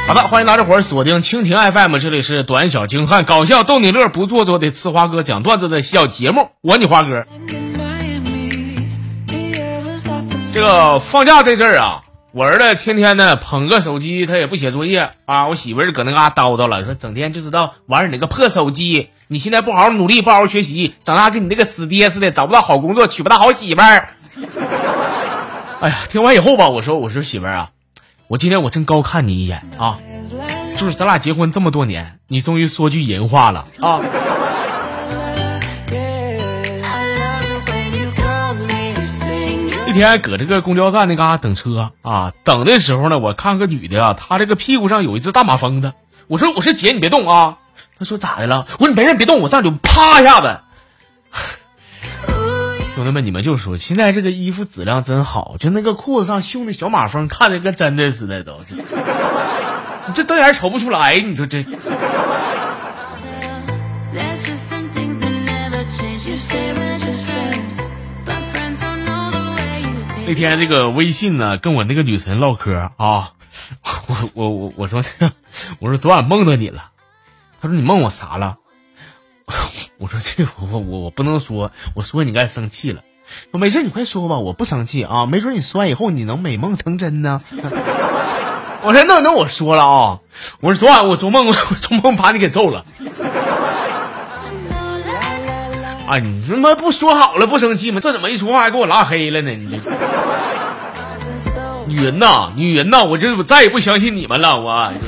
好的，欢迎大家伙儿锁定蜻蜓 FM， 这里是短小精悍、搞笑逗你乐、不做作的呲花哥讲段子的小节目，我你花哥。这个放假这阵儿啊，我儿子天天的捧个手机，他也不写作业啊。我媳妇儿搁那嘎叨叨了，说整天就知道玩你那个破手机，你现在不好好努力，不好好学习，长大跟你那个死爹似的，找不到好工作，娶不到好媳妇儿。哎呀，听完以后吧，我说媳妇儿啊，我今天我真高看你一眼啊，就是咱俩结婚这么多年，你终于说句人话了啊。那天搁这个公交站那嘎等车啊，等的时候呢，我看个女的啊，她这个屁股上有一只大马蜂的。我说姐你别动啊。她说咋的了？我说你没事别动，我上去啪一下子。兄弟们，你们就说现在这个衣服质量真好，就那个裤子上绣那小马蜂，看着跟真的似的都。你这瞪眼瞅不出来，你说这。那天这个微信呢，跟我那个女神唠嗑啊，我说昨晚梦到你了，她说你梦我啥了？我说这我不能说，我说你该生气了。说没事你快说吧，我不生气啊，没准你说完以后你能美梦成真呢。我说那我说了啊，我说昨晚我做梦把你给揍了。啊，你他妈不说好了不生气吗？这怎么一说话还给我拉黑了呢？你这女人呐，我再也不相信你们了，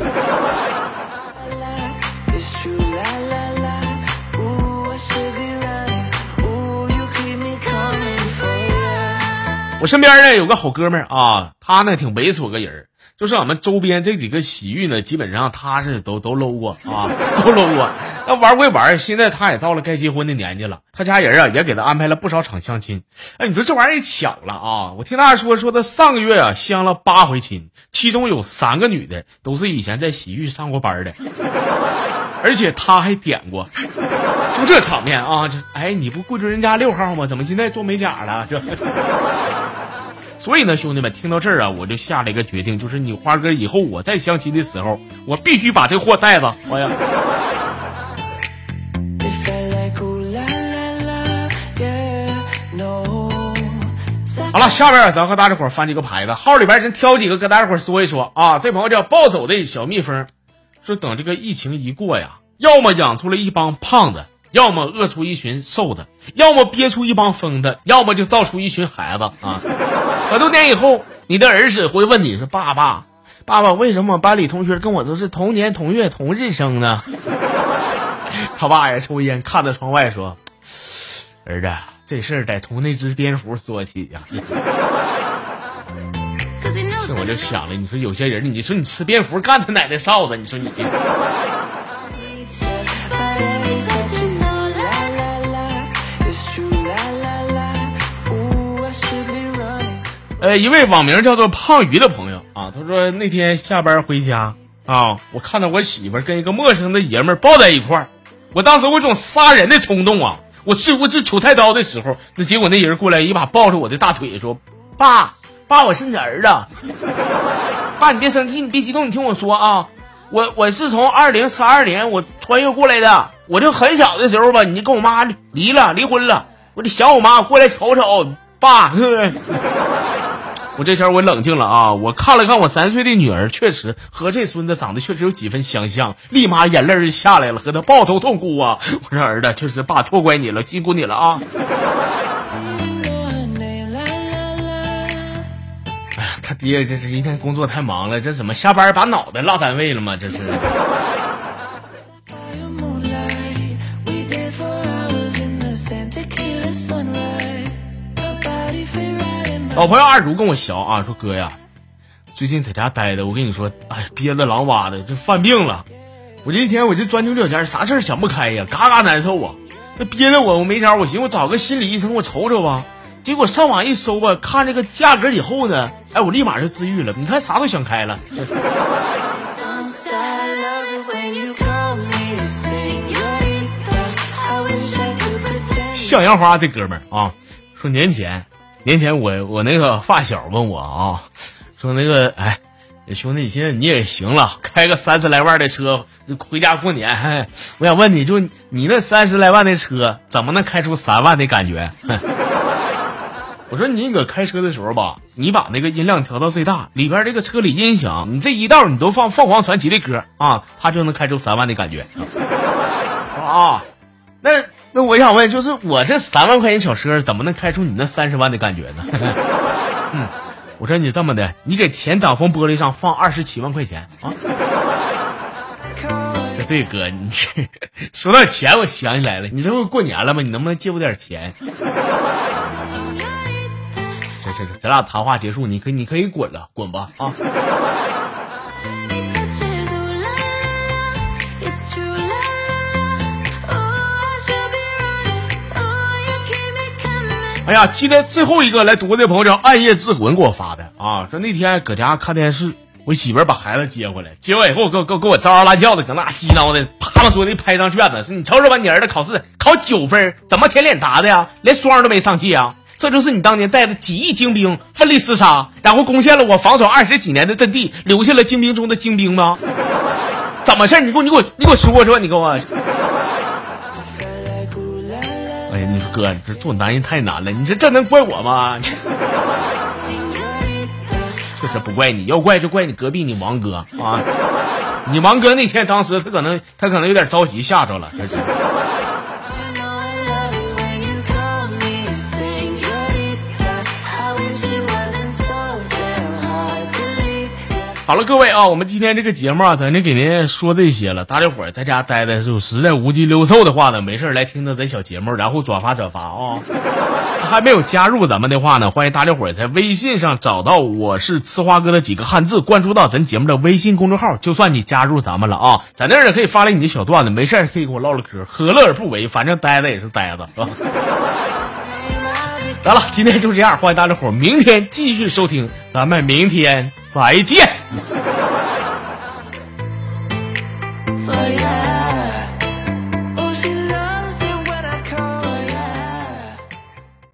我身边呢有个好哥们儿啊，他呢挺猥琐个人，就是俺们周边这几个洗浴呢，基本上他是都搂过啊，都搂过。那玩归玩，现在他也到了该结婚的年纪了，他家人啊也给他安排了不少场相亲。哎，你说这玩意儿也巧了啊！我听他说他上个月啊相了8回亲，其中有3个女的都是以前在洗浴上过班的，而且他还点过。就这场面啊，哎，你不跪着人家6号吗？怎么现在做美甲了？这。所以呢，兄弟们，听到这儿啊，我就下了一个决定，就是你花哥以后我在相亲的时候，我必须把这货带着。哎呀，好了，下边咱和大家伙翻几个牌子，号里边真挑几个跟大家伙说一说啊。这朋友叫暴走的小蜜蜂，说等这个疫情一过呀，要么养出了一帮胖子，要么饿出一群瘦的，要么憋出一帮疯的，要么就造出一群孩子啊。很多年以后，你的儿子会问你说：“爸爸，为什么班里同学跟我都是同年同月同日生呢？”他爸也抽烟，看着窗外说：“儿子，这事儿得从那只蝙蝠说起呀。”这我就想了，你说有些人，你说你吃蝙蝠干他奶奶臊子，你说你这。一位网名叫做胖鱼的朋友啊，他说那天下班回家啊，我看到我媳妇跟一个陌生的爷们抱在一块儿，我当时我有种杀人的冲动啊！我这取菜刀的时候，那结果那人过来一把抱着我的大腿说：“爸，我是你儿子。爸，你别生气，你别激动，你听我说啊，我是从2032年我穿越过来的，我就很小的时候吧，你就跟我妈离婚了，我得想我妈过来瞅瞅，爸。”我这前我冷静了啊！我看了看我3岁的女儿，确实和这孙子长得确实有几分相像，立马眼泪就下来了，和他抱头痛哭啊！我说儿子，确实爸错怪你了，辛苦你了啊！哎呀，他爹这是一天工作太忙了，这怎么下班把脑袋落单位了吗？这是。老朋友二如跟我学啊，说哥呀，最近在家待的，我跟你说，哎，憋得狼哇的，这犯病了。我这一天我这钻牛角尖，啥事儿想不开呀，嘎嘎难受啊。那憋得我没招，我寻思我找个心理医生我瞅瞅吧。结果上网一搜吧，看这个价格以后呢，哎，我立马就治愈了。你看啥都想开了。向阳花这哥们儿啊，说年前我那个发小问我啊，说那个兄弟，现在你也行了，开个30来万的车回家过年。我想问你，就你那30来万的车，怎么能开出3万的感觉？我说你搁开车的时候吧，你把那个音量调到最大，里边这个车里音响，你这一道你都放凤凰传奇的歌啊，它就能开出3万的感觉。啊，那我想问，就是我这3万块钱小车怎么能开出你那30万的感觉呢？我说你这么的，你给前挡风玻璃上放27万块钱啊！对哥，你这说到钱，我想起来了，你这不过年了吗？你能不能借我点钱？这咱俩谈话结束，你可以滚了，滚吧啊！哎呀，今天最后一个来读的朋友叫暗夜之魂给我发的啊，说那天搁家看电视，我媳妇把孩子接回来，接回来以后给我招招乱叫的，搁那激挠的，啪往桌子拍张卷子，说你瞅瞅吧，你儿子考试考9分，怎么舔脸答的呀？连双都没上去啊！这就是你当年带着几亿精兵奋力厮杀，然后攻陷了我防守20几年的阵地，留下了精兵中的精兵吗？怎么事？你给我说说，你给我。哎呀，你说哥，你这做男人太难了，你这能怪我吗？确实不怪你，要怪就怪你隔壁你王哥啊！你王哥那天当时他可能有点着急，吓着了。好了，各位啊，我们今天这个节目啊，咱就给您说这些了。大家伙儿在家待的就实在无鸡六兽的话呢，没事来听听咱小节目，然后转发啊。还没有加入咱们的话呢，欢迎大家伙儿在微信上找到我是呲花哥的几个汉字，关注到咱节目的微信公众号，就算你加入咱们了啊。在那儿呢可以发来你的小段子，没事可以跟我唠唠嗑，何乐而不为？反正呆子也是呆子，是吧？得了，今天就这样，欢迎大家伙儿明天继续收听，咱们明天再见。